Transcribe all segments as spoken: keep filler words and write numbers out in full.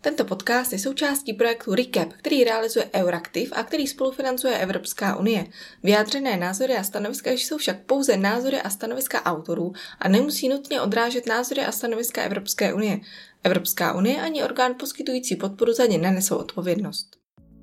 Tento podcast je součástí projektu Recap, který realizuje Euraktiv a který spolufinancuje Evropská unie. Vyjádřené názory a stanoviska jsou však pouze názory a stanoviska autorů a nemusí nutně odrážet názory a stanoviska Evropské unie. Evropská unie ani orgán poskytující podporu za ně nenesou odpovědnost.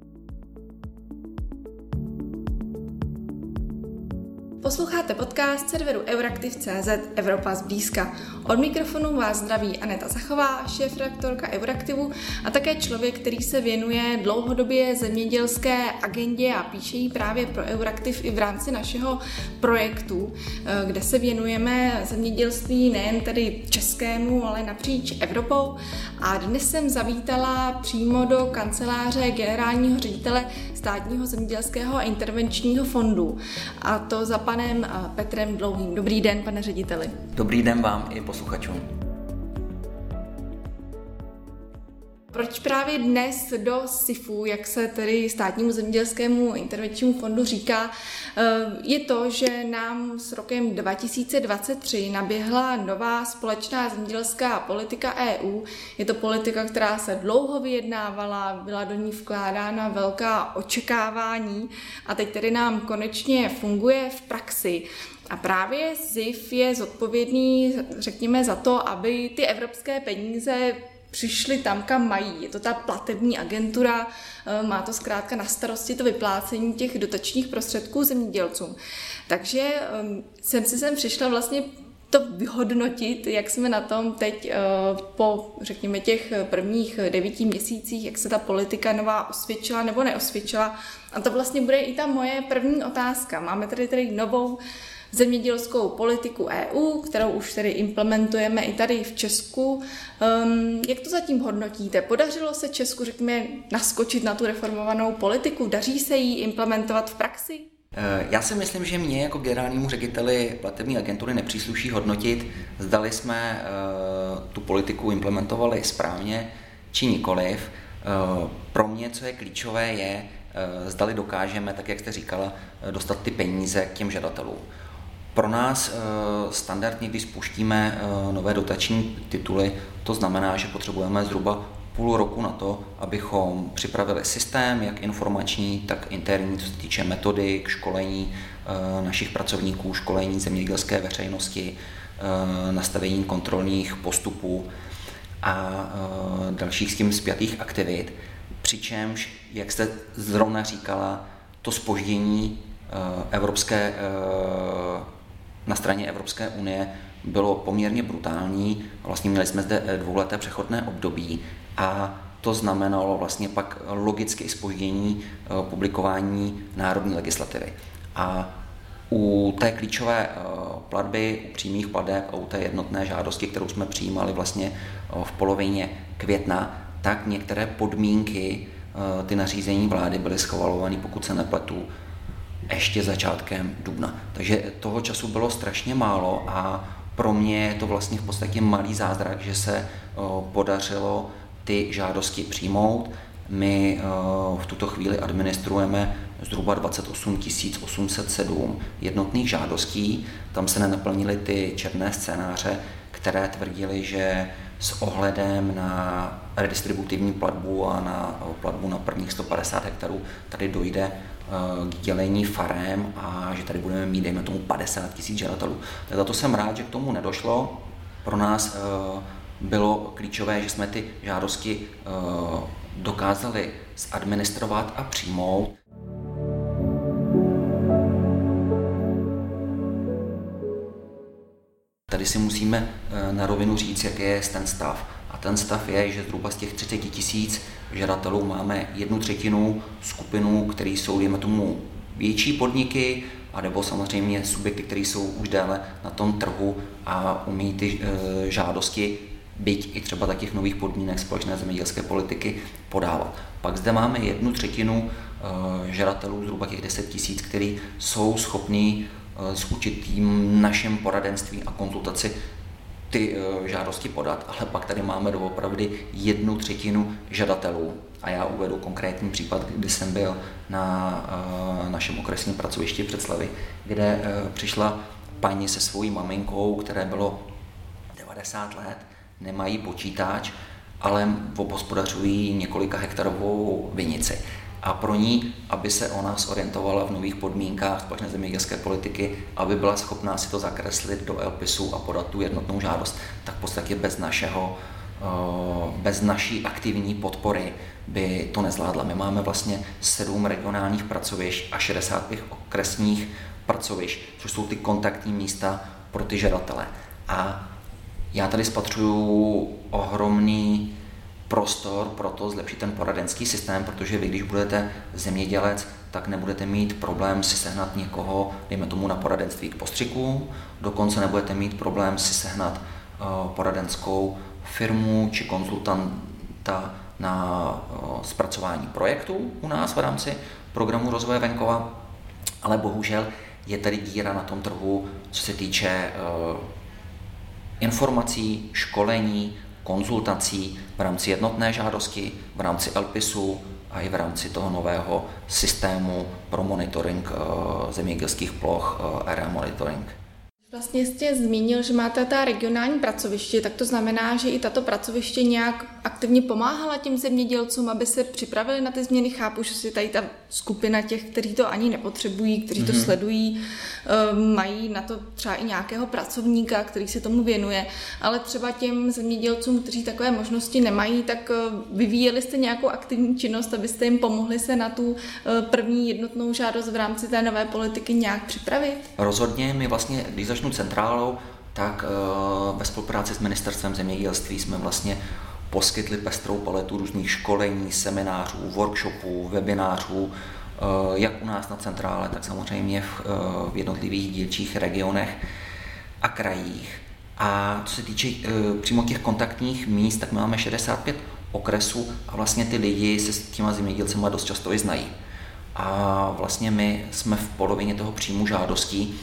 Posloucháte podcast serveru Euraktiv tečka cé zet Evropa zblízka. Od mikrofonu vás zdraví Aneta Zachová, šéfredaktorka Euraktivu a také člověk, který se věnuje dlouhodobě zemědělské agendě a píše ji právě pro Euraktiv i v rámci našeho projektu, kde se věnujeme zemědělství nejen tedy českému, ale napříč Evropou. A dnes jsem zavítala přímo do kanceláře generálního ředitele Státního zemědělského a intervenčního fondu, a to za panem Petrem Dlouhým. Dobrý den, pane řediteli. Dobrý den vám i posluchačům. Proč právě dnes do S I F U, jak se tedy Státnímu zemědělskému intervenčnímu fondu říká, je to, že nám s rokem dva tisíce dvacet tři naběhla nová společná zemědělská politika E U. Je to politika, která se dlouho vyjednávala, byla do ní vkládána velká očekávání a teď tedy nám konečně funguje v praxi. A právě S I F je zodpovědný, řekněme, za to, aby ty evropské peníze přišli tam, kam mají. Je to ta platební agentura, má to zkrátka na starosti to vyplácení těch dotačních prostředků zemědělcům. Takže jsem si sem přišla vlastně to vyhodnotit, jak jsme na tom teď po, řekněme, těch prvních devíti měsících, jak se ta politika nová osvědčila nebo neosvědčila. A to vlastně bude i ta moje první otázka. Máme tady tady novou zemědělskou politiku E U, kterou už tedy implementujeme i tady v Česku. Um, jak to zatím hodnotíte? Podařilo se Česku, řekněme, naskočit na tu reformovanou politiku? Daří se jí implementovat v praxi? Já si myslím, že mě jako generálnímu řediteli platební agentury nepřísluší hodnotit, zdali jsme uh, tu politiku implementovali správně či nikoliv. Uh, pro mě, co je klíčové, je, uh, zdali dokážeme, tak jak jste říkala, dostat ty peníze k těm žadatelům. Pro nás standardně, když spuštíme nové dotační tituly, to znamená, že potřebujeme zhruba půl roku na to, abychom připravili systém, jak informační, tak interní, co se týče metodik, školení našich pracovníků, školení zemědělské veřejnosti, nastavení kontrolních postupů a dalších s tím spjatých aktivit. Přičemž, jak jste zrovna říkala, to zpoždění evropské na straně Evropské unie bylo poměrně brutální. Vlastně měli jsme zde dvouleté přechodné období a to znamenalo vlastně pak logicky zpoždění publikování národní legislativy. A u té klíčové platby, u přímých plateb a u té jednotné žádosti, kterou jsme přijímali vlastně v polovině května, tak některé podmínky, ty nařízení vlády byly schvalovány, pokud se nepletu, ještě začátkem dubna. Takže toho času bylo strašně málo a pro mě je to vlastně v podstatě malý zázrak, že se podařilo ty žádosti přijmout. My v tuto chvíli administrujeme zhruba dvacet osm tisíc osm set sedm jednotných žádostí. Tam se nenaplnily ty černé scénáře, které tvrdily, že s ohledem na redistributivní platbu a na platbu na prvních sto padesát hektarů tady dojde k dělení farem a že tady budeme mít, dejme tomu, padesát tisíc žadatelů. Tak za to jsem rád, že k tomu nedošlo. Pro nás bylo klíčové, že jsme ty žádosti dokázali zadministrovat a přijmout. Tady si musíme na rovinu říct, jaký je ten stav. A ten stav je, že zhruba z těch třicet tisíc žadatelů máme jednu třetinu skupinu, které jsou, dejme tomu, větší podniky, anebo samozřejmě subjekty, které jsou už déle na tom trhu a umí ty e, žádosti, byť i třeba takých nových podmínek společné zemědělské politiky, podávat. Pak zde máme jednu třetinu e, žadatelů, zhruba těch deset tisíc, kteří jsou schopní e, s určitým naším poradenstvím a konzultaci ty žádosti podat, ale pak tady máme doopravdy jednu třetinu žadatelů. A já uvedu konkrétní případ, kdy jsem byl na uh, našem okresním pracovišti v Břeclavi, kde uh, přišla paní se svojí maminkou, které bylo devadesát let, nemají počítač ale obhospodařují několika hektarovou vinici. A pro ní, aby se ona zorientovala v nových podmínkách společné zemědělské politiky, aby byla schopná si to zakreslit do elpisu a podat tu jednotnou žádost, tak v podstatě bez našeho, bez naší aktivní podpory by to nezvládla. My máme vlastně sedm regionálních pracovišť a šedesát pět okresních pracovišť, což jsou ty kontaktní místa pro ty žadatele. A já tady spatřuju ohromný prostor pro to zlepšit ten poradenský systém, protože vy, když budete zemědělec, tak nebudete mít problém si sehnat někoho, dejme tomu na poradenství k postřiku, dokonce nebudete mít problém si sehnat uh, poradenskou firmu či konzultanta na uh, zpracování projektů u nás v rámci programu rozvoje venkova, ale bohužel je tady díra na tom trhu, co se týče uh, informací, školení, konzultací v rámci jednotné žádosti, v rámci elpisu a i v rámci toho nového systému pro monitoring uh, zemědělských ploch uh, Area Monitoring. Vlastně jste zmínil, že máte ta regionální pracoviště, tak to znamená, že i tato pracoviště nějak aktivně pomáhala těm zemědělcům, aby se připravili na ty změny. Chápu, že si tady ta skupina těch, kteří to ani nepotřebují, kteří mm-hmm. to sledují, mají na to třeba i nějakého pracovníka, který se tomu věnuje, ale třeba těm zemědělcům, kteří takové možnosti nemají, tak vyvíjeli jste nějakou aktivní činnost, abyste jim pomohli se na tu první jednotnou žádost v rámci té nové politiky nějak připravit? Rozhodně. My vlastně, když začnu centrálou, tak ve spolupráci s Ministerstvem zemědělství jsme vlastně poskytli pestrou paletu různých školení, seminářů, workshopů, webinářů, jak u nás na centrále, tak samozřejmě v, v jednotlivých dílčích regionech a krajích. A co se týče přímo těch kontaktních míst, tak my máme šedesát pět okresů a vlastně ty lidi se s těma zemědělcema dost často i znají. A vlastně my jsme v polovině toho příjmu žádostí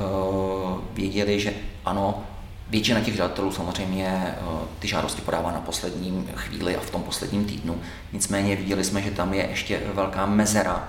věděli, že ano, většina těch žadatelů samozřejmě ty žádosti podává na posledním chvíli a v tom posledním týdnu. Nicméně viděli jsme, že tam je ještě velká mezera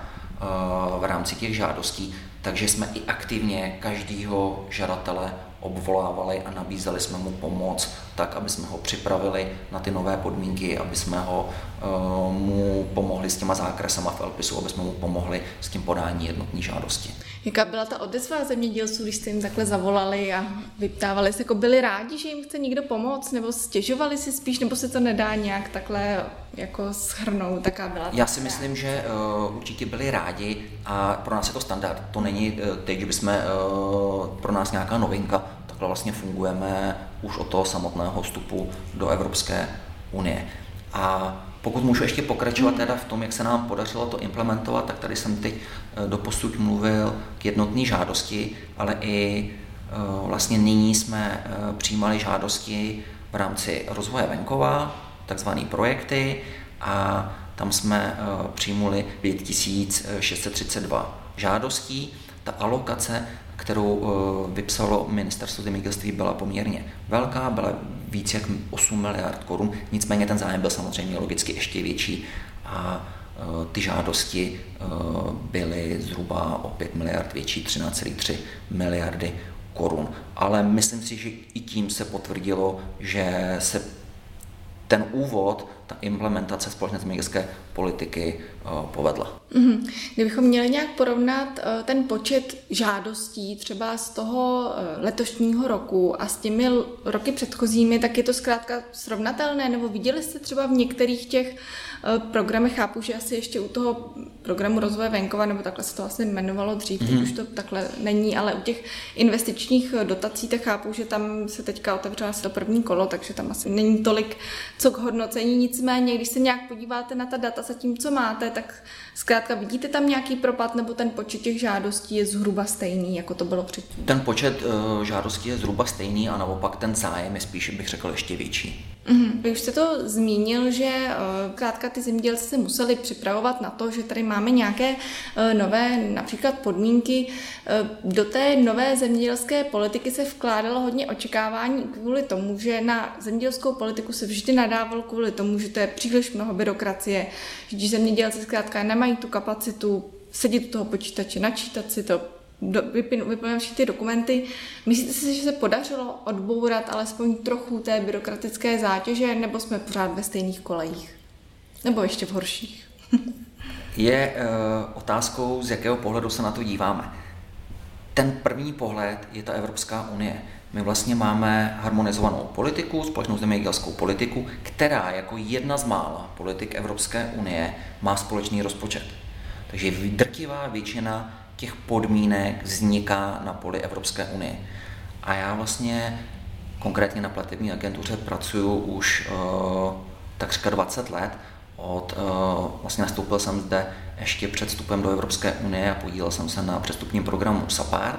v rámci těch žádostí, takže jsme i aktivně každého žadatele obvolávali a nabízeli jsme mu pomoc tak, aby jsme ho připravili na ty nové podmínky, aby jsme ho, uh, mu pomohli s těma zákresama v elpisu, aby jsme mu pomohli s tím podání jednotné žádosti. Jaká byla ta odezva zemědělců, když jste jim takhle zavolali a vyptávali se, jako byli rádi, že jim chce někdo pomoct, nebo stěžovali si spíš, nebo se to nedá nějak takhle jako shrnout, taká byla? Já si myslím, že uh, určitě byli rádi a pro nás je to standard. To není uh, teď, že bychom uh, pro nás nějaká novinka, takhle vlastně fungujeme už od toho samotného vstupu do Evropské unie. A pokud můžu ještě pokračovat teda v tom, jak se nám podařilo to implementovat, tak tady jsem teď doposud mluvil k jednotné žádosti, ale i vlastně nyní jsme přijímali žádosti v rámci rozvoje venkova, takzvané projekty, a tam jsme přijmuli pět tisíc šest set třicet dva žádostí. Ta alokace, kterou vypsalo Ministerstvo zemědělství, byla poměrně velká, byla víc jak osm miliard korun, nicméně ten zájem byl samozřejmě logicky ještě větší a ty žádosti byly zhruba o pět miliard větší, třináct celá tři miliardy korun. Ale myslím si, že i tím se potvrdilo, že se ten úvod, ta implementace společné zemědělské politiky povedla. Mm-hmm. Kdybychom měli nějak porovnat ten počet žádostí třeba z toho letošního roku a s těmi roky předchozími, tak je to zkrátka srovnatelné, nebo viděli jste třeba v některých těch programech, chápu, že asi ještě u toho programu rozvoje venkova, nebo takhle se to asi jmenovalo dřív, mm-hmm. teď už to takhle není, ale u těch investičních dotací, tak chápu, že tam se teďka otevřela to první kolo, takže tam asi není tolik co k hodnocení, nicméně, když se nějak podíváte na ta data za tím, co máte, tak zkrátka vidíte tam nějaký propad, nebo ten počet těch žádostí je zhruba stejný, jako to bylo předtím? Ten počet uh, žádostí je zhruba stejný a naopak ten zájem je spíš, bych řekl, ještě větší. Mm-hmm. Vy už jste to zmínil, že uh, zkrátka ty zemědělci se museli připravovat na to, že tady máme nějaké uh, nové například podmínky. Uh, do té nové zemědělské politiky se vkládalo hodně očekávání kvůli tomu, že na zemědělskou politiku se vždy nadávalo kvůli tomu, že to je příliš mnoho byrokracie, že zemědělci zkrátka nemají tu kapacitu sedět u toho počítače, načítat si to, vyplňujeme všechny ty dokumenty. Myslíte si, že se podařilo odbourat alespoň trochu té byrokratické zátěže, nebo jsme pořád ve stejných kolejích? Nebo ještě v horších? Je uh, otázkou, z jakého pohledu se na to díváme. Ten první pohled je ta Evropská unie. My vlastně máme harmonizovanou politiku, společnou zemědělskou politiku, která jako jedna z mála politik Evropské unie má společný rozpočet. Takže drtivá většina těch podmínek vzniká na poli Evropské unie. A já vlastně konkrétně na platební agentuře pracuji už uh, takřka dvacet let. Od, uh, vlastně nastoupil jsem zde ještě před vstupem do Evropské unie a podílel jsem se na přestupním programu SAPARD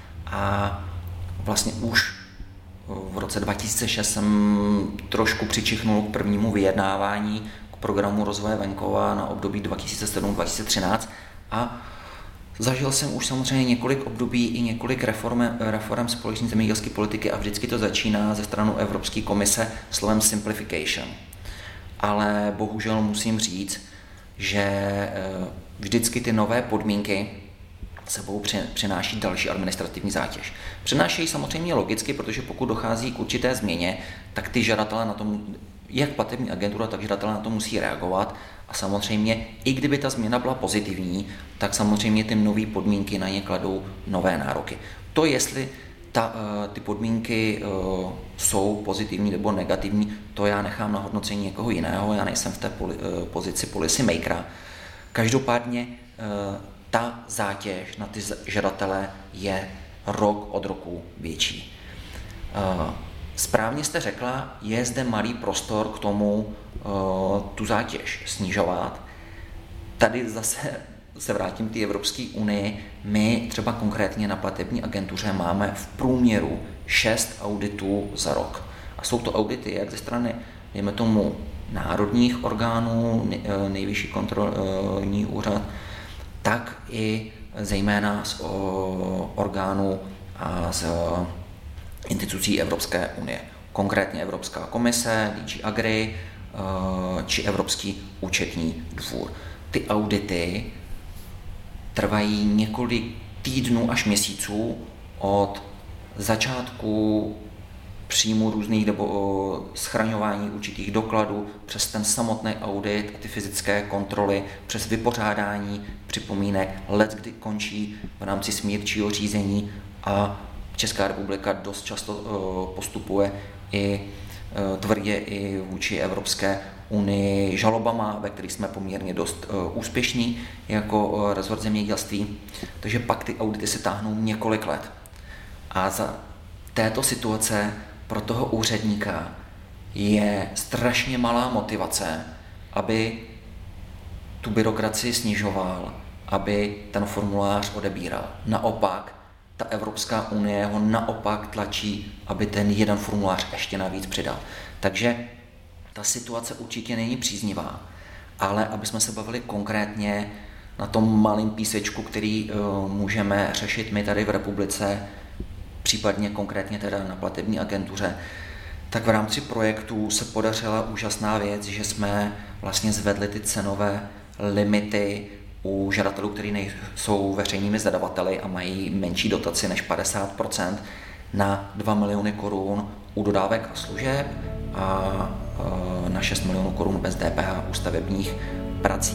a vlastně už v roce dva tisíce šest jsem trošku přičichnul k prvnímu vyjednávání k programu rozvoje venkova na období dva tisíce sedm dva tisíce třináct a zažil jsem už samozřejmě několik období i několik reform, reform společné zemědělské politiky a vždycky to začíná ze strany Evropské komise slovem simplification. Ale bohužel musím říct, že vždycky ty nové podmínky sebou přináší další administrativní zátěž. Přinášejí samozřejmě logicky, protože pokud dochází k určité změně, tak ty žadatelé na tom, jak platební agentura, tak žadatelé na to musí reagovat a samozřejmě, i kdyby ta změna byla pozitivní, tak samozřejmě ty nové podmínky na ně kladou nové nároky. To, jestli ta, ty podmínky jsou pozitivní nebo negativní, to já nechám na hodnocení někoho jiného, já nejsem v té pozici policy makera. Každopádně ta zátěž na ty žadatele je rok od roku větší. Správně jste řekla, je zde malý prostor k tomu tu zátěž snižovat. Tady zase se vrátím k té Evropské unii. My třeba konkrétně na platební agentuře máme v průměru šest auditů za rok. A jsou to audity jak ze strany, dejme tomu, národních orgánů, nejvyšší kontrolní úřad, tak i zejména z orgánů a z institucí Evropské unie. Konkrétně Evropská komise, D G Agri či Evropský účetní dvůr. Ty audity trvají několik týdnů až měsíců od začátku příjmu různých nebo schraňování určitých dokladů přes ten samotný audit a ty fyzické kontroly, přes vypořádání připomínek, let, kdy končí v rámci smírčího řízení a Česká republika dost často postupuje i tvrdě i vůči Evropské unii žalobama, ve kterých jsme poměrně dost úspěšní jako rezort zemědělství. Takže pak ty audity se táhnou několik let. A za této situace pro toho úředníka je strašně malá motivace, aby tu byrokracii snižoval, aby ten formulář odebíral. Naopak, ta Evropská unie ho naopak tlačí, aby ten jeden formulář ještě navíc přidal. Takže ta situace určitě není příznivá, ale aby jsme se bavili konkrétně na tom malém písečku, který uh, můžeme řešit my tady v republice, případně konkrétně teda na platební agentuře, tak v rámci projektu se podařila úžasná věc, že jsme vlastně zvedli ty cenové limity u žadatelů, kteří nejsou veřejnými zadavateli a mají menší dotaci než padesát procent na dva miliony korun u dodávek a služeb a na šest milionů korun bez D P H u stavebních prací.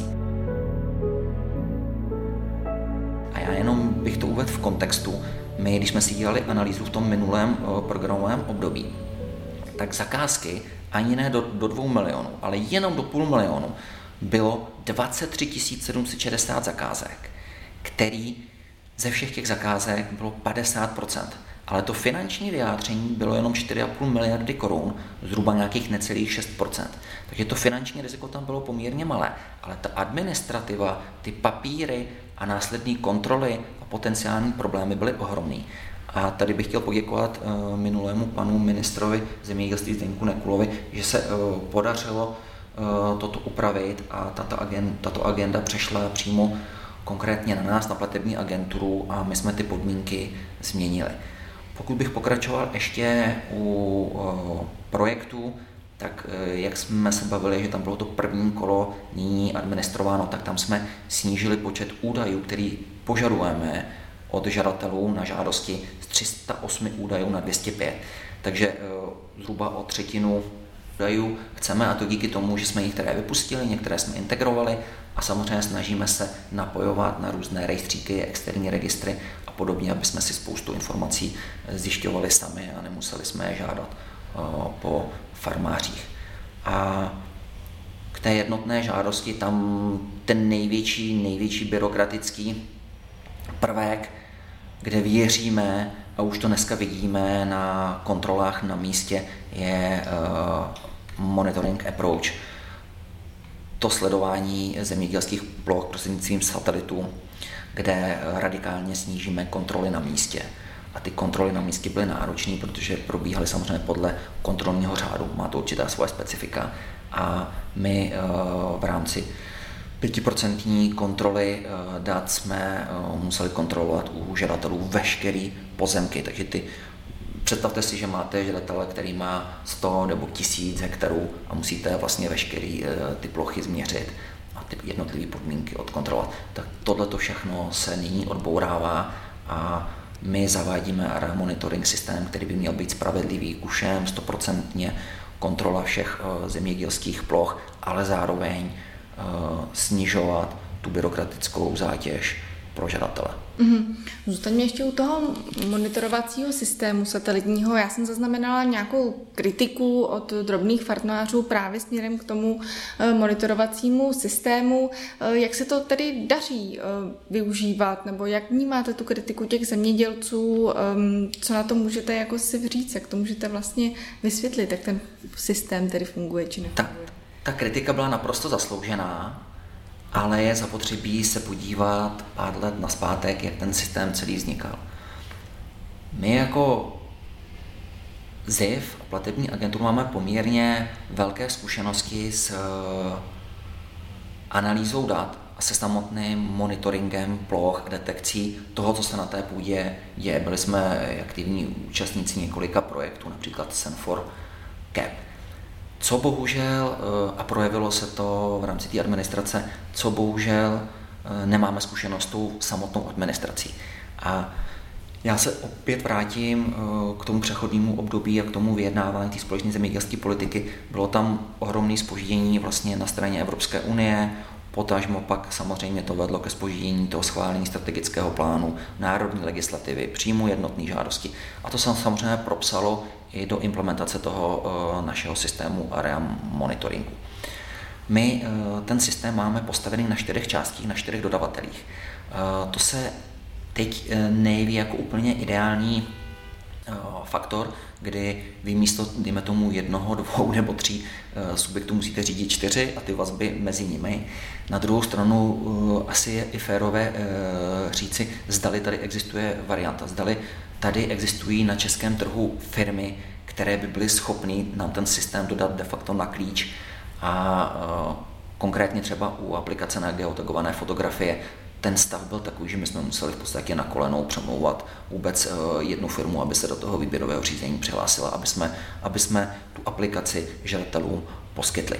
A já jenom bych to uvedl v kontextu. My, když jsme si dělali analýzu v tom minulém programovém období, tak zakázky ani ne do, do dvou milionů, ale jenom do půl milionu bylo dvacet tři tisíc sedm set šedesát zakázek, který ze všech těch zakázek bylo padesát procent. Ale to finanční vyjádření bylo jenom čtyři a půl miliardy korun, zhruba nějakých necelých šest procent. Takže to finanční riziko tam bylo poměrně malé, ale ta administrativa, ty papíry a následné kontroly a potenciální problémy byly ohromný. A tady bych chtěl poděkovat uh, minulému panu ministrovi zemědělství Zdeňku Nekulovi, že se uh, podařilo uh, toto upravit a tato agenda, tato agenda přešla přímo konkrétně na nás, na platební agenturu a my jsme ty podmínky změnili. Pokud bych pokračoval ještě u uh, projektu, tak uh, jak jsme se bavili, že tam bylo to první kolo nyní administrováno, tak tam jsme snížili počet údajů, který požadujeme od žadatelů na žádosti z tři sta osm údajů na dvě stě pět. Takže zhruba o třetinu údajů chceme, a to díky tomu, že jsme některé vypustili, některé jsme integrovali a samozřejmě snažíme se napojovat na různé rejstříky, externí registry a podobně, aby jsme si spoustu informací zjišťovali sami a nemuseli jsme je žádat po farmářích. A k té jednotné žádosti tam ten největší, největší byrokratický prvek, kde věříme, a už to dneska vidíme na kontrolách na místě, je uh, monitoring approach. To sledování zemědělských ploch prostřednictvím satelitů, kde radikálně snížíme kontroly na místě. A ty kontroly na místě byly náročné, protože probíhaly samozřejmě podle kontrolního řádu, má to určitá svoje specifika. A my uh, v rámci pětiprocentní kontroly dat jsme museli kontrolovat u žadatelů veškerý pozemky, takže ty, představte si, že máte žadatele, který má sto nebo tisíc hektarů a musíte vlastně veškerý ty plochy změřit a ty jednotlivé podmínky odkontrolovat. Tak tohleto všechno se nyní odbourává a my zavádíme A R E A monitoring systém, který by měl být spravedlivý ku všem, stoprocentně kontrola všech zemědělských ploch, ale zároveň snižovat tu byrokratickou zátěž pro žadatele. Mm-hmm. Zůstaňme ještě u toho monitorovacího systému satelitního. Já jsem zaznamenala nějakou kritiku od drobných farmářů právě směrem k tomu monitorovacímu systému. Jak se to tedy daří využívat, nebo jak vnímáte tu kritiku těch zemědělců? Co na to můžete jako si říct, jak to můžete vlastně vysvětlit, jak ten systém tedy funguje či nefunguje? Ta, ta kritika byla naprosto zasloužená, ale je zapotřebí se podívat pár let nazpátek, jak ten systém celý vznikal. My jako Z I F a platební agenturu máme poměrně velké zkušenosti s analýzou dat a se samotným monitoringem ploch a detekcí toho, co se na té půdě děje. Byli jsme aktivní účastníci několika projektů, například Senfor C A P. Co bohužel, a projevilo se to v rámci té administrace, co bohužel nemáme zkušenost s tou samotnou administrací. A já se opět vrátím k tomu přechodnému období a k tomu vyjednávání té společné zemědělské politiky. Bylo tam ohromné zpoždění vlastně na straně Evropské unie, potažmo pak samozřejmě to vedlo ke zpoždění toho schválení strategického plánu, národní legislativy, příjmu jednotné žádosti. A to se samozřejmě propsalo i do implementace toho našeho systému A R E A monitoringu. My ten systém máme postavený na čtyřech částích, na čtyřech dodavatelích. To se teď nejeví jako úplně ideální faktor, kdy vy místo, dejme tomu, jednoho, dvou nebo tří subjektů musíte řídit čtyři a ty vazby mezi nimi. Na druhou stranu asi je i férové říci, zdali tady existuje varianta, zdali tady existují na českém trhu firmy, které by byly schopny nám ten systém dodat de facto na klíč a konkrétně třeba u aplikace na geotagované fotografie ten stav byl takový, že my jsme museli v podstatě na kolenou přemlouvat vůbec jednu firmu, aby se do toho výběrového řízení přihlásila, aby jsme, aby jsme tu aplikaci žadatelům poskytli.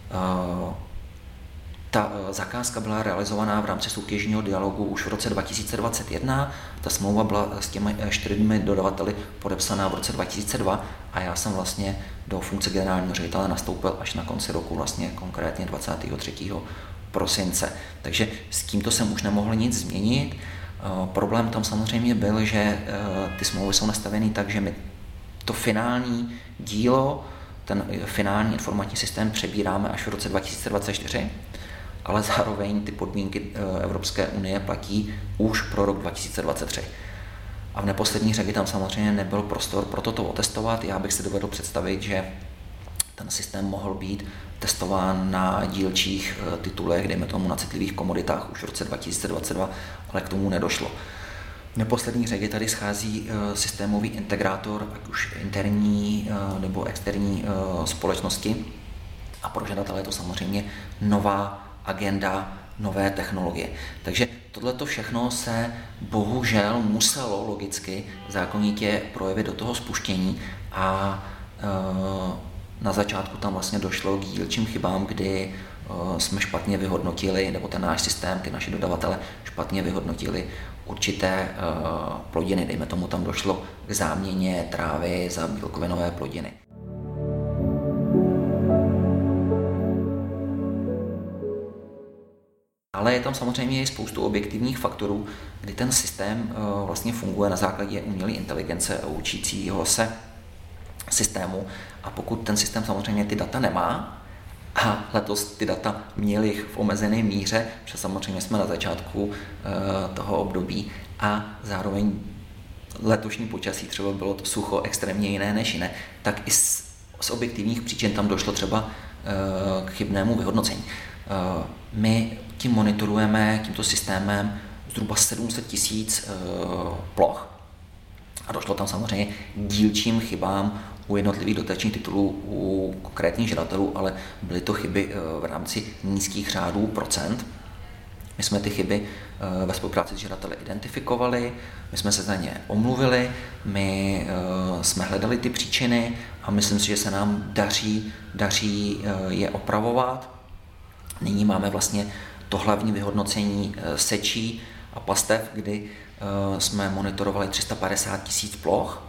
Ta zakázka byla realizovaná v rámci soutěžního dialogu už v roce dva tisíce dvacet jedna, ta smlouva byla s těmi čtyřmi dodavateli podepsaná v roce dva tisíce dva a já jsem vlastně do funkce generálního ředitele nastoupil až na konci roku, vlastně konkrétně dvacátého třetího prosince. Takže s tímto jsem už nemohl nic změnit. Problém tam samozřejmě byl, že ty smlouvy jsou nastaveny tak, že my to finální dílo, ten finální informační systém přebíráme až v roce dva tisíce dvacet čtyři, ale zároveň ty podmínky Evropské unie platí už pro rok dva tisíce dvacet tři. A v neposlední řadě tam samozřejmě nebyl prostor pro toto otestovat. Já bych si dovedl představit, že ten systém mohl být testován na dílčích titulech, dejme tomu na citlivých komoditách už v roce dva tisíce dvacet dva, ale k tomu nedošlo. V neposlední řadě tady schází systémový integrátor, ať už interní nebo externí společnosti a pro žadatele je to samozřejmě nová agenda, nové technologie. Takže tohleto všechno se bohužel muselo logicky zákonitě projevit do toho spuštění a na začátku tam vlastně došlo k dílčím chybám, kdy jsme špatně vyhodnotili, nebo ten náš systém, ty naši dodavatele špatně vyhodnotili určité plodiny. Dejme tomu, tam došlo k záměně trávy za bílkovinové plodiny. Ale je tam samozřejmě i spoustu objektivních faktorů, kdy ten systém vlastně funguje na základě umělé inteligence a učícího se systému. A pokud ten systém samozřejmě ty data nemá, a letos ty data měli v omezené míře, protože samozřejmě jsme na začátku toho období a zároveň letošní počasí třeba bylo to sucho extrémně jiné než jiné, tak i z, z objektivních příčin tam došlo třeba k chybnému vyhodnocení. My tím monitorujeme tímto systémem zhruba sedm set tisíc ploch a došlo tam samozřejmě dílčím chybám u jednotlivých dotačních titulů u konkrétních žadatelů, ale byly to chyby v rámci nízkých řádů procent. My jsme ty chyby ve spolupráci s žadateli identifikovali, my jsme se za ně omluvili, my jsme hledali ty příčiny a myslím si, že se nám daří, daří je opravovat. Nyní máme vlastně to hlavní vyhodnocení sečí a pastev, kdy jsme monitorovali tři sta padesát tisíc ploch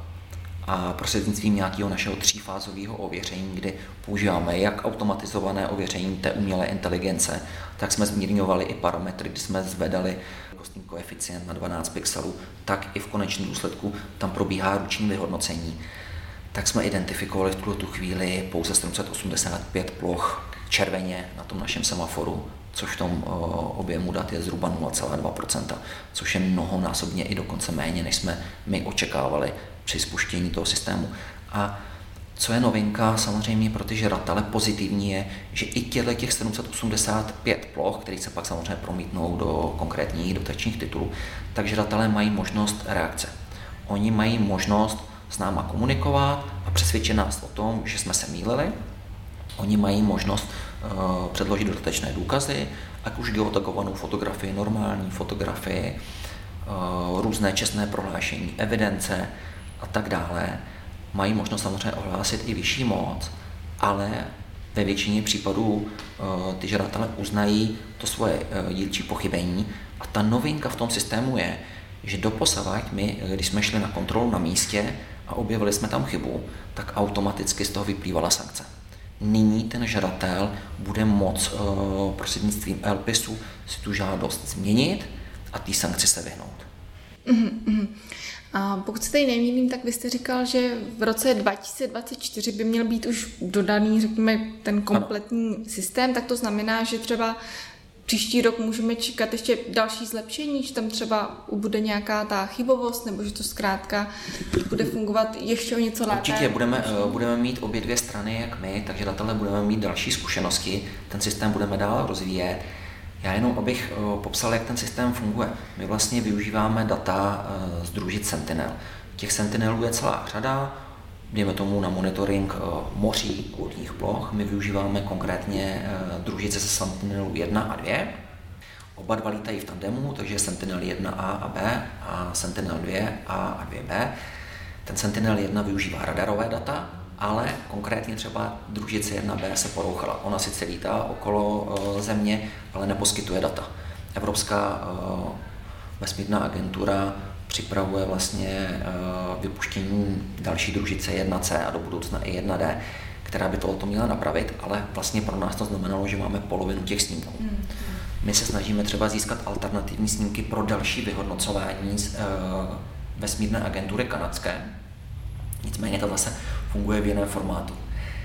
a prostřednictvím nějakého našeho třífázového ověření, kdy používáme jak automatizované ověření té umělé inteligence, tak jsme zmírňovali i parametry, kdy jsme zvedali kostní koeficient na dvanáct pixelů, tak i v konečném důsledku tam probíhá ruční vyhodnocení. Tak jsme identifikovali v tuto chvíli pouze sedm set osmdesát pět ploch červeně na tom našem semaforu, což v tom objemu dat je zhruba nula celá dva procenta, což je mnohonásobně i dokonce méně, než jsme my očekávali při spuštění toho systému. A co je novinka samozřejmě pro ty žadatele pozitivní je, že i těchto těch sedm set osmdesát pět ploch, které se pak samozřejmě promítnou do konkrétních dotačních titulů, tak žadatelé mají možnost reakce. Oni mají možnost s náma komunikovat a přesvědčit nás o tom, že jsme se mýlili. Oni mají možnost uh, předložit dodatečné důkazy, ať už geotagovanou fotografii, normální fotografii, uh, různé čestné prohlášení, evidence a tak dále. Mají možnost samozřejmě ohlásit i vyšší moc, ale ve většině případů uh, ty žadatelé uznají to svoje uh, dílčí pochybení a ta novinka v tom systému je, že doposavad my, když jsme šli na kontrolu na místě a objevili jsme tam chybu, tak automaticky z toho vyplývala sankce. Nyní ten žadatel bude moct uh, prostřednictvím L P I S u si tu žádost změnit a té sankci se vyhnout. Mm-hmm. A pokud se tady nemýlím, tak vy jste říkal, že v roce dva tisíce dvacet čtyři by měl být už dodaný, řekněme, ten kompletní ano. systém, tak to znamená, že třeba příští rok můžeme čekat ještě další zlepšení, že tam třeba bude nějaká ta chybovost, nebo že to zkrátka bude fungovat ještě o něco lépe? Určitě budeme, budeme mít obě dvě strany, jak my, takže žadatelé budeme mít další zkušenosti, ten systém budeme dál rozvíjet. Já jenom abych popsal, jak ten systém funguje. My vlastně využíváme data z družic Sentinel. Těch Sentinelů je celá řada, dejme tomu na monitoring moří vodních ploch. My využíváme konkrétně družice se Sentinelů jedna a dvě. Oba dva lítají v tandemu, takže Sentinel jedna A a B a Sentinel dvě A a dvě B. Ten Sentinel jedna využívá radarové data, ale konkrétně třeba družice jedna B se porouchala. Ona sice lítá okolo Země, ale neposkytuje data. Evropská vesmírná agentura připravuje vlastně vypuštění další družice jedna C a do budoucna i jedna D, která by tohoto měla napravit, ale vlastně pro nás to znamenalo, že máme polovinu těch snímků. My se snažíme třeba získat alternativní snímky pro další vyhodnocování z vesmírné agentury kanadské. Nicméně to zase funguje v jiném formátu.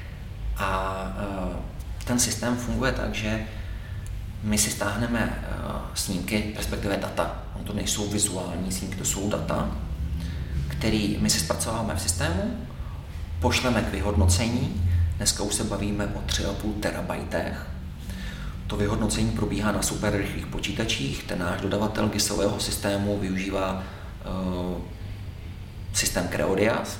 A ten systém funguje tak, že my si stáhneme snímky, respektive data. On to nejsou vizuální snímky, to jsou data, které my si zpracováváme v systému, pošleme k vyhodnocení. Dneska už se bavíme o tři a půl terabajtech. To vyhodnocení probíhá na superrychlých počítačích. Ten náš dodavatel GISového systému využívá uh, systém Creodias.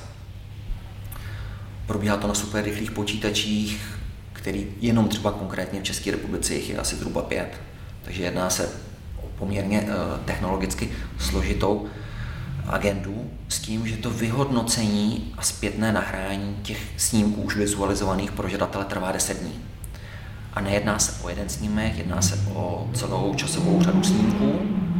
Probíhá to na superrychlých počítačích, který jenom třeba konkrétně v České republice jich je asi zhruba pět. Takže jedná se o poměrně uh, technologicky složitou agendu s tím, že to vyhodnocení a zpětné nahrání těch snímků už vizualizovaných pro žadatele trvá deset dní. A nejedná se o jeden snímek, jedná se o celou časovou řadu snímků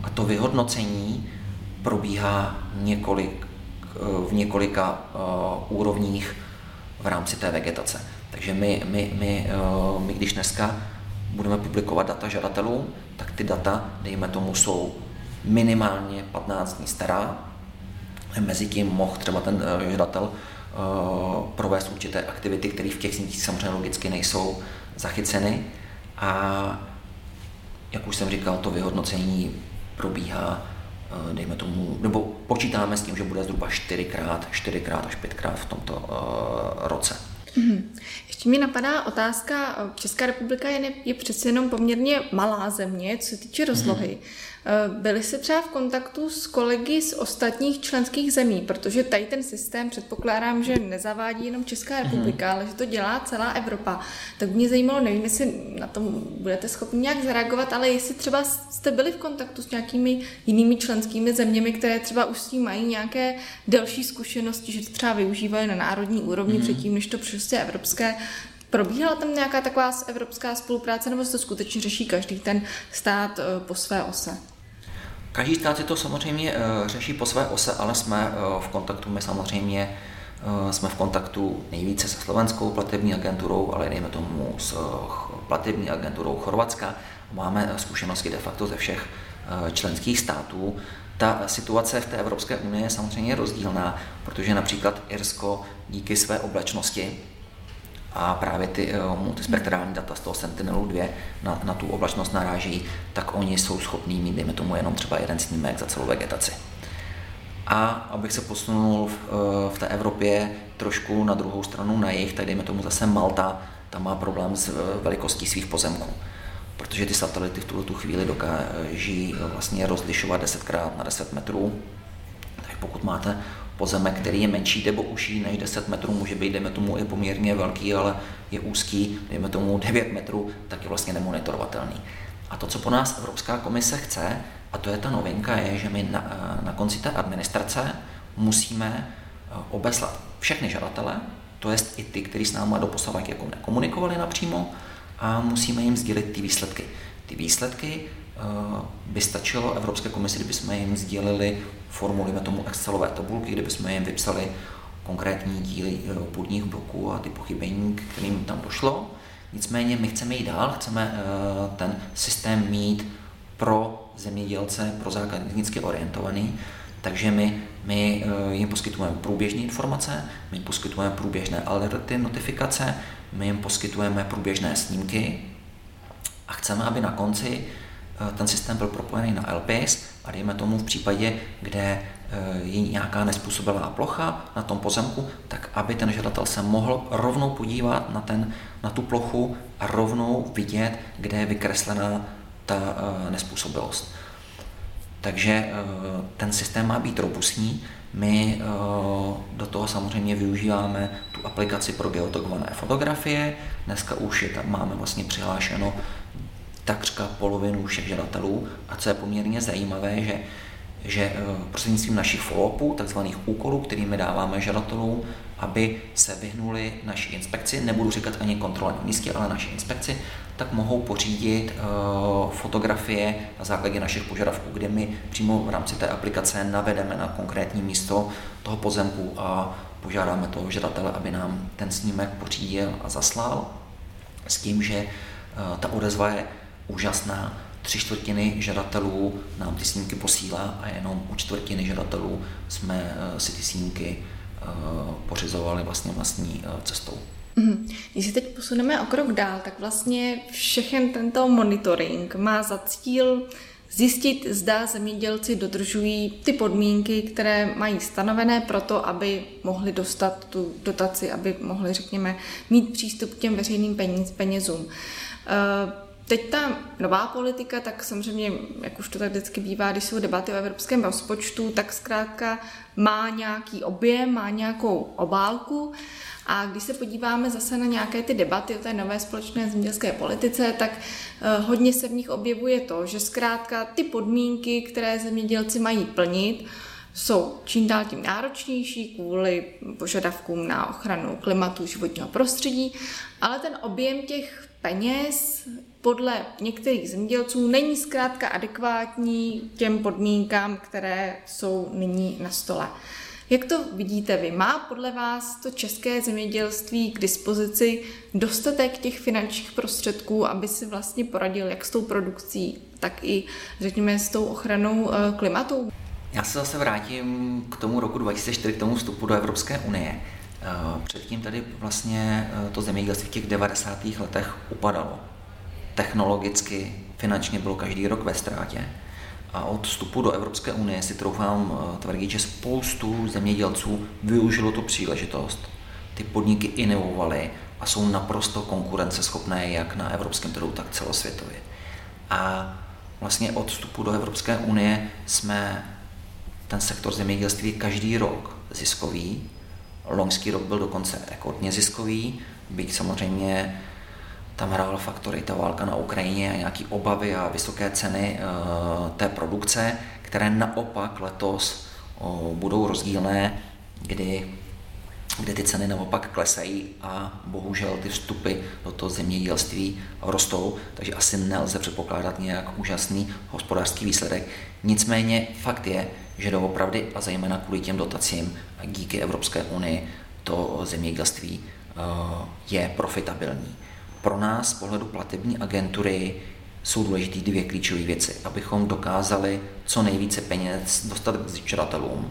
A to vyhodnocení probíhá několik, v několika uh, úrovních v rámci té vegetace. Takže my, my, my, uh, my, když dneska budeme publikovat data žadatelů, tak ty data, dejme tomu, jsou minimálně patnáct dní stará. Mezitím mohl třeba ten uh, žadatel uh, provést určité aktivity, které v těch sítích samozřejmě logicky nejsou zachyceny. A jak už jsem říkal, to vyhodnocení probíhá, dejme tomu, nebo počítáme s tím, že bude zhruba čtyřikrát, čtyřikrát až pětkrát v tomto uh, roce. Mm-hmm. Ještě mi napadá otázka, Česká republika je, je přece jenom poměrně malá země, co se týče rozlohy. Mm-hmm. Byli jste třeba v kontaktu s kolegy z ostatních členských zemí, protože tady ten systém předpokládám, že nezavádí jenom Česká republika, mm-hmm. ale že to dělá celá Evropa. Tak mě zajímalo, nevím, jestli na tom budete schopni nějak zareagovat, ale jestli třeba jste byli v kontaktu s nějakými jinými členskými zeměmi, které třeba už s tím mají nějaké delší zkušenosti, že to třeba využívají na národní úrovni mm-hmm. předtím, než to přišlo evropské. Probíhala tam nějaká taková evropská spolupráce, nebo se to skutečně řeší každý ten stát po své ose? Každý stát si to samozřejmě uh, řeší po své ose, ale jsme uh, v kontaktu, my samozřejmě uh, jsme v kontaktu nejvíce se slovenskou platební agenturou, ale dejme tomu s uh, platební agenturou Chorvatska. Máme uh, zkušenosti de facto ze všech uh, členských států. Ta situace v té Evropské unii je samozřejmě rozdílná, protože například Irsko díky své oblačnosti a právě ty uh, multispektrální data z toho Sentinelu dva na, na tu oblačnost naráží, tak oni jsou schopní mít, dejme tomu, jenom třeba jeden snímek za celou vegetaci. A abych se posunul v, uh, v té Evropě trošku na druhou stranu na jih, tak dejme tomu zase Malta, tam má problém s uh, velikostí svých pozemků, protože ty satelity v tuto chvíli dokáží uh, vlastně rozlišovat desetkrát na deset metrů, tak pokud máte pozemek, který je menší nebo užší než deset metrů, může být, dejme tomu, i poměrně velký, ale je úzký, dejme tomu devět metrů, tak je vlastně nemonitorovatelný. A to, co po nás Evropská komise chce, a to je ta novinka, je, že my na, na konci té administrace musíme obeslat všechny žadatele, to jest i ty, kteří s námi doposavad jako nekomunikovali napřímo, a musíme jim sdělit ty výsledky. Ty výsledky by stačilo Evropské komisi, kdyby jsme jim sdělili formu, dejme tomu, Excelové tabulky, kdyby jsme jim vypsali konkrétní díly půdních bloků a ty pochybení, kterým tam došlo. Nicméně my chceme jít dál, chceme ten systém mít pro zemědělce, pro zákazníky orientovaný, takže my, my jim poskytujeme průběžné informace, my jim poskytujeme průběžné alerty, notifikace, my jim poskytujeme průběžné snímky a chceme, aby na konci ten systém byl propojený na L P I S a dejme tomu v případě, kde je nějaká nespůsobilá plocha na tom pozemku, tak aby ten žadatel se mohl rovnou podívat na, ten, na tu plochu a rovnou vidět, kde je vykreslená ta nespůsobilost. Takže ten systém má být robustní. My do toho samozřejmě využíváme tu aplikaci pro geotagované fotografie. Dneska už je tam, máme vlastně přihlášeno takřka polovinu všech žadatelů a co je poměrně zajímavé, že, že prostřednictvím našich follow-upů, takzvaných úkolů, kterými dáváme žadatelům, aby se vyhnuli naší inspekci, nebudu říkat ani kontrole na místě, ale naší inspekci, tak mohou pořídit uh, fotografie na základě našich požadavků, kde my přímo v rámci té aplikace navedeme na konkrétní místo toho pozemku a požádáme toho žadatele, aby nám ten snímek pořídil a zaslal, s tím, že uh, ta odezva je úžasná. Tři čtvrtiny žadatelů nám ty snímky posílá a jenom u čtvrtiny žadatelů jsme uh, si ty snímky uh, pořizovali vlastně vlastní uh, cestou. Mm. Když se teď posuneme o krok dál, tak vlastně všechen tento monitoring má za cíl zjistit, zda zemědělci dodržují ty podmínky, které mají stanovené pro to, aby mohli dostat tu dotaci, aby mohli, řekněme, mít přístup k těm veřejným peněz, penězům. Teď ta nová politika, tak samozřejmě, jak už to tak vždycky bývá, když jsou debaty o evropském rozpočtu, tak zkrátka má nějaký objem, má nějakou obálku. A když se podíváme zase na nějaké ty debaty o té nové společné zemědělské politice, tak uh, hodně se v nich objevuje to, že zkrátka ty podmínky, které zemědělci mají plnit, jsou čím dál tím náročnější kvůli požadavkům na ochranu klimatu, životního prostředí, ale ten objem těch peněz podle některých zemědělců není zkrátka adekvátní těm podmínkám, které jsou nyní na stole. Jak to vidíte vy? Má podle vás to české zemědělství k dispozici dostatek těch finančních prostředků, aby si vlastně poradil jak s tou produkcí, tak i řekněme s tou ochranou klimatu? Já se zase vrátím k tomu roku dva tisíce čtyři, k tomu vstupu do Evropské unie. Předtím tady vlastně to zemědělství v těch devadesátých letech upadalo. Technologicky, finančně bylo každý rok ve ztrátě. A od vstupu do Evropské unie si troufám tvrdit, že spoustu zemědělců využilo tu příležitost. Ty podniky inovovaly a jsou naprosto konkurenceschopné jak na evropském trhu, tak celosvětově. A vlastně od vstupu do Evropské unie jsme ten sektor zemědělství každý rok ziskový. Loňský rok byl dokonce rekordně ziskový, byť samozřejmě tam hrál faktor i ta válka na Ukrajině a nějaké obavy a vysoké ceny uh, té produkce, které naopak letos uh, budou rozdílné, kdy, kdy ty ceny naopak klesají a bohužel ty vstupy do toho zemědělství rostou, takže asi nelze předpokládat nějak úžasný hospodářský výsledek. Nicméně fakt je, že doopravdy a zejména kvůli těm dotacím a díky Evropské unii to zemědělství uh, je profitabilní. Pro nás z pohledu platební agentury jsou důležité dvě klíčové věci, abychom dokázali co nejvíce peněz dostat k žadatelům.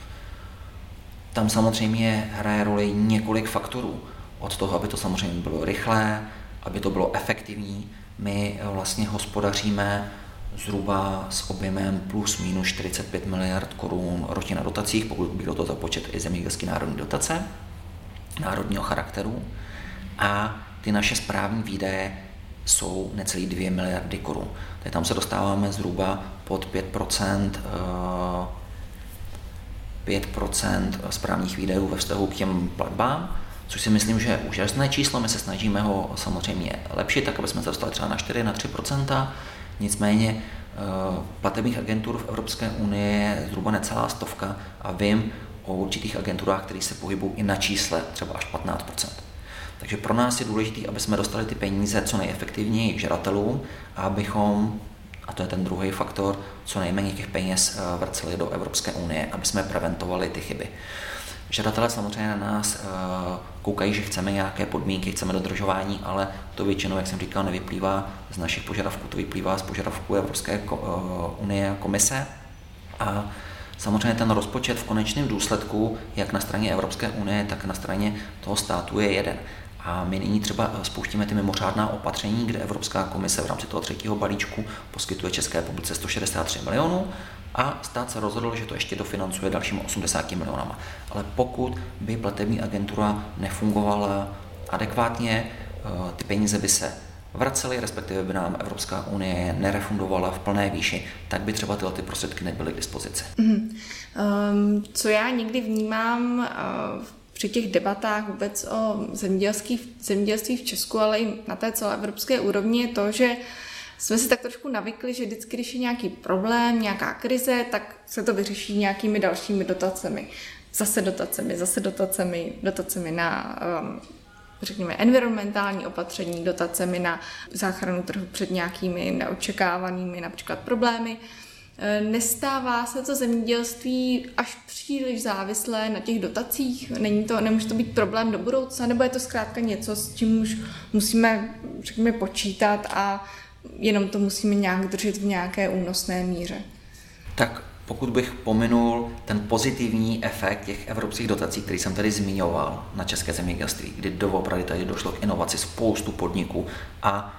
Tam samozřejmě hraje roli několik faktorů. Od toho, aby to samozřejmě bylo rychlé, aby to bylo efektivní. My vlastně hospodaříme zhruba s objemem plus minus čtyřicet pět miliard korun ročně na dotacích, pokud bylo to započet i zemědělský národní dotace národního charakteru. A ty naše správní výdaje jsou necelý dvě miliardy korun. Teď tam se dostáváme zhruba pod pět procent, pět procent správních výdajů ve vztahu k těm platbám, což si myslím, že je úžasné číslo. My se snažíme ho samozřejmě lepšit, tak aby jsme se dostali třeba na čtyři, na tři procenta. Nicméně platebních agentur v Evropské unii je zhruba necelá stovka a vím o určitých agenturách, které se pohybují i na čísle třeba až patnáct procent. Takže pro nás je důležité, aby jsme dostali ty peníze co nejefektivněji k žadatelům a abychom, a to je ten druhý faktor, co nejméně těch peněz vraceli do Evropské unie, aby jsme preventovali ty chyby. Žadatelé samozřejmě na nás koukají, že chceme nějaké podmínky, chceme dodržování, ale to většinou, jak jsem říkal, nevyplývá z našich požadavků, to vyplývá z požadavků Evropské unie a komise. A samozřejmě ten rozpočet v konečném důsledku, jak na straně Evropské unie, tak na straně toho státu je jeden. A my nyní třeba spouštíme ty mimořádná opatření, kde Evropská komise v rámci toho třetího balíčku poskytuje České republice sto šedesát tři milionů a stát se rozhodl, že to ještě dofinancuje dalšími osmdesáti milionama. Ale pokud by platební agentura nefungovala adekvátně, ty peníze by se vracely, respektive by nám Evropská unie nerefundovala v plné výši, tak by třeba tyhle ty prostředky nebyly k dispozici. Mm. Um, co já někdy vnímám uh, při těch debatách vůbec o zemědělství v Česku, ale i na té celé evropské úrovni, je to, že jsme si tak trošku navykli, že vždycky, když je nějaký problém, nějaká krize, tak se to vyřeší nějakými dalšími dotacemi. Zase dotacemi, zase dotacemi, dotacemi na um, řekněme, environmentální opatření, dotacemi na záchranu trhu před nějakými neočekávanými například problémy. Nestává se to zemědělství až příliš závislé na těch dotacích? Není to, nemůže to být problém do budoucna, nebo je to zkrátka něco, s čím už musíme, řekněme, počítat a jenom to musíme nějak držet v nějaké únosné míře? Tak pokud bych pominul ten pozitivní efekt těch evropských dotací, který jsem tady zmiňoval na české zemědělství, kdy doopravdy tady došlo k inovaci spoustu podniků a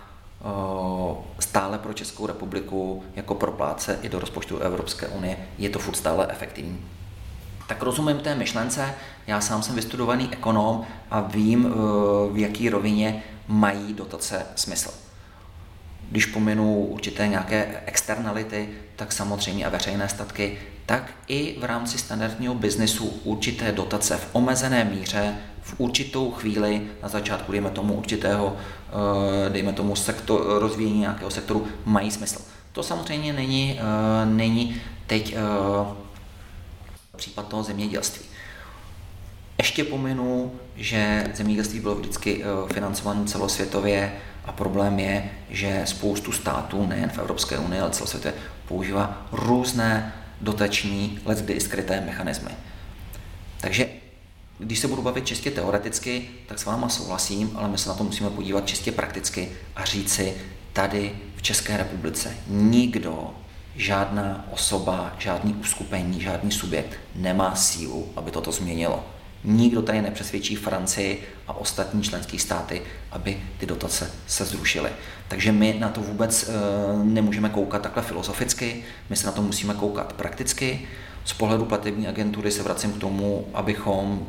o, stále pro Českou republiku jako pro plátce i do rozpočtu Evropské unie je to furt stále efektivní. Tak rozumím té myšlence, já sám jsem vystudovaný ekonom a vím, v jaký rovině mají dotace smysl. Když pominu určité nějaké externality, tak samozřejmě a veřejné statky, tak i v rámci standardního biznesu určité dotace v omezené míře, v určitou chvíli, na začátku, dejme tomu určitého, dejme tomu sektor, rozvíjení nějakého sektoru, mají smysl. To samozřejmě není, není teď případ toho zemědělství. ještě pominu, že zemědělství bylo vždycky financované celosvětově a problém je, že spoustu států, nejen v Evropské unii, ale celosvětově, používá různé dotační, leckdy i skryté mechanismy. Takže když se budu bavit čistě teoreticky, tak s váma souhlasím, ale my se na to musíme podívat čistě prakticky a říci, tady v České republice nikdo, žádná osoba, žádný uskupení, žádný subjekt nemá sílu, aby toto změnilo. Nikdo tady nepřesvědčí Francii a ostatní členské státy, aby ty dotace se zrušily. Takže my na to vůbec e, nemůžeme koukat takhle filozoficky, my se na to musíme koukat prakticky. Z pohledu platební agentury se vracím k tomu, abychom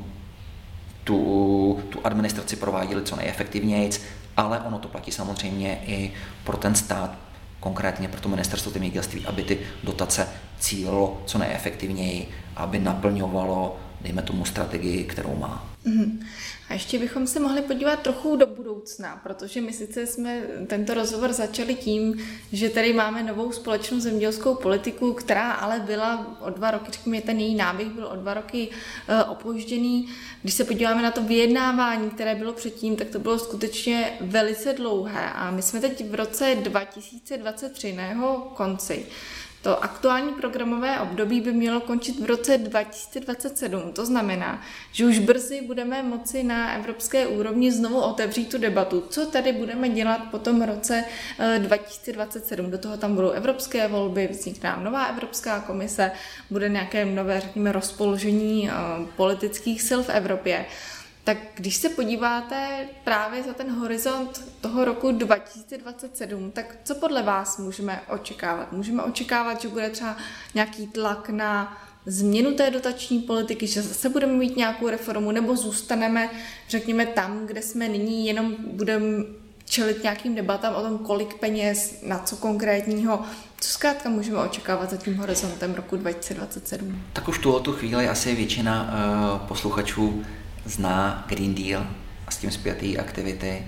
tu, tu administraci prováděli co nejefektivněji, ale ono to platí samozřejmě i pro ten stát, konkrétně pro to ministerstvo zemědělství, aby ty dotace cílilo co nejefektivněji, aby naplňovalo, dejme tomu, strategii, kterou má. Mm. A ještě bychom se mohli podívat trochu do budoucna, protože my sice jsme tento rozhovor začali tím, že tady máme novou společnou zemědělskou politiku, která ale byla o dva roky, řekněme, ten její náběh byl o dva roky uh, opožděný. Když se podíváme na to vyjednávání, které bylo předtím, tak to bylo skutečně velice dlouhé a my jsme teď v roce dva tisíce dvacet tři na jeho konci. To aktuální programové období by mělo končit v roce dva tisíce dvacet sedm. To znamená, že už brzy budeme moci na evropské úrovni znovu otevřít tu debatu, co tady budeme dělat po tom roce dva tisíce dvacet sedm. Do toho tam budou evropské volby, vznikne nová Evropská komise, bude nějaké nové, řekněme, rozpoložení politických sil v Evropě. Tak když se podíváte právě za ten horizont toho roku dva tisíce dvacet sedm, tak co podle vás můžeme očekávat? Můžeme očekávat, že bude třeba nějaký tlak na změnu té dotační politiky, že zase budeme mít nějakou reformu, nebo zůstaneme, řekněme, tam, kde jsme nyní, jenom budeme čelit nějakým debatám o tom, kolik peněz, na co konkrétního, co zkrátka můžeme očekávat za tím horizontem roku dva tisíce dvacet sedm? Tak už tu, tu chvíli asi většina uh, posluchačů zná Green Deal a s tím spjaté aktivity.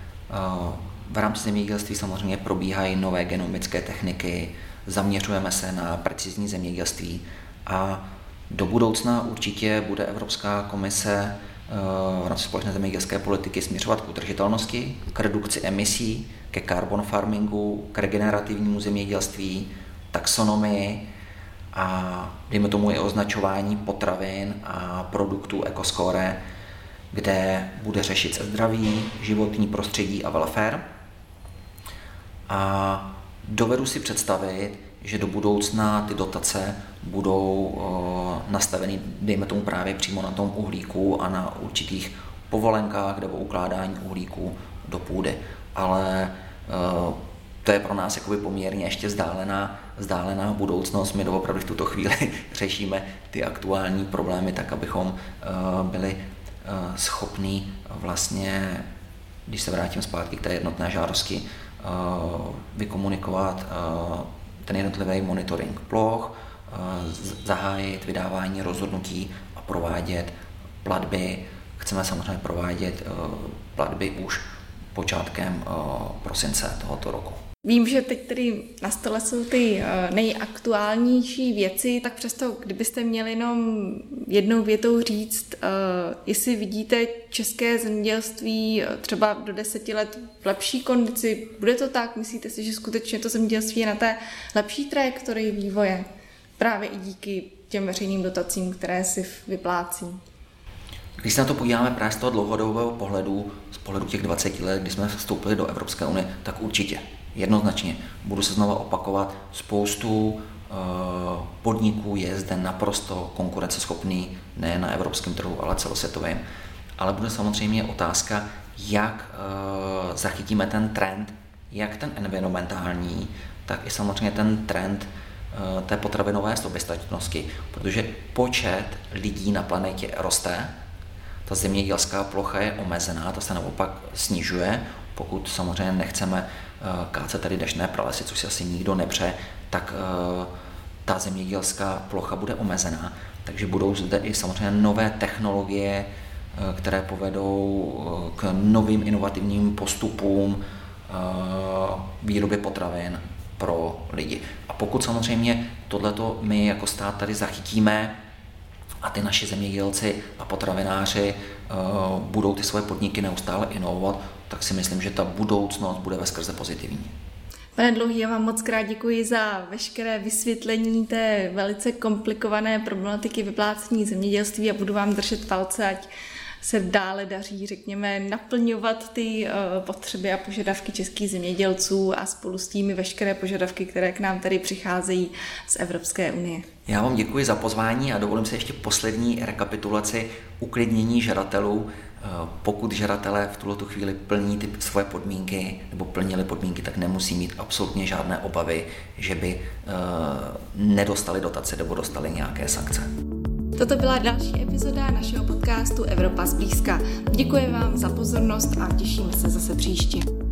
V rámci zemědělství samozřejmě probíhají nové genomické techniky, zaměřujeme se na precizní zemědělství a do budoucna určitě bude Evropská komise v rámci společné zemědělské politiky směřovat k udržitelnosti, k redukci emisí, ke carbon farmingu, k regenerativnímu zemědělství, taxonomii a dejme tomu i označování potravin a produktů EcoScore, kde bude řešit se zdraví, životní prostředí a welfare. A dovedu si představit, že do budoucna ty dotace budou nastaveny, dejme tomu právě přímo na tom uhlíku a na určitých povolenkách nebo ukládání uhlíku do půdy. Ale to je pro nás jakoby poměrně ještě vzdálená, vzdálená budoucnost. My doopravdy v tuto chvíli řešíme ty aktuální problémy tak, abychom uh, byli uh, schopní vlastně, když se vrátím zpátky k té jednotné žádosti, uh, vykomunikovat uh, ten jednotlivý monitoring ploch, uh, zahájit vydávání rozhodnutí a provádět platby. Chceme samozřejmě provádět uh, platby už počátkem uh, prosince tohoto roku. Vím, že teď tedy na stole jsou ty nejaktuálnější věci, tak přesto, kdybyste měli jenom jednou větou říct, jestli vidíte české zemědělství třeba do deseti let v lepší kondici, bude to tak? Myslíte si, že skutečně to zemědělství je na té lepší trajektorii vývoje? Právě i díky těm veřejným dotacím, které si vyplácí. Když se na to podíváme právě z toho dlouhodobého pohledu, z pohledu těch dvaceti let, kdy jsme vstoupili do Evropské unie, tak určitě, jednoznačně, budu se znova opakovat, spoustu uh, podniků je zde naprosto konkurenceschopný, ne na evropském trhu, ale celosvětovým. Ale bude samozřejmě otázka, jak uh, zachytíme ten trend, jak ten environmentální, tak i samozřejmě ten trend uh, té potravinové soběstačnosti, protože počet lidí na planetě roste, ta zemědělská plocha je omezená, ta se naopak snižuje. Pokud samozřejmě nechceme uh, kácet tady deštné pralesy, což si asi nikdo nepře, tak uh, ta zemědělská plocha bude omezená. Takže budou zde i samozřejmě nové technologie, uh, které povedou uh, k novým inovativním postupům uh, výroby potravin pro lidi. A pokud samozřejmě tohleto my jako stát tady zachytíme, a ty naši zemědělci a potravináři uh, budou ty svoje podniky neustále inovovat, tak si myslím, že ta budoucnost bude veskrze pozitivní. Pane Dlouhý, já vám moc krát děkuji za veškeré vysvětlení té velice komplikované problematiky vyplácení zemědělství a budu vám držet palce, ať se dále daří, řekněme, naplňovat ty uh, potřeby a požadavky českých zemědělců a spolu s tím veškeré požadavky, které k nám tady přicházejí z Evropské unie. Já vám děkuji za pozvání a dovolím si ještě poslední rekapitulaci uklidnění žadatelů. Pokud žadatelé v tuto chvíli plní ty svoje podmínky nebo plnili podmínky, tak nemusí mít absolutně žádné obavy, že by uh, nedostali dotace nebo dostali nějaké sankce. Toto byla další epizoda našeho podcastu Evropa zblízka. Děkuji vám za pozornost a těšíme se zase příště.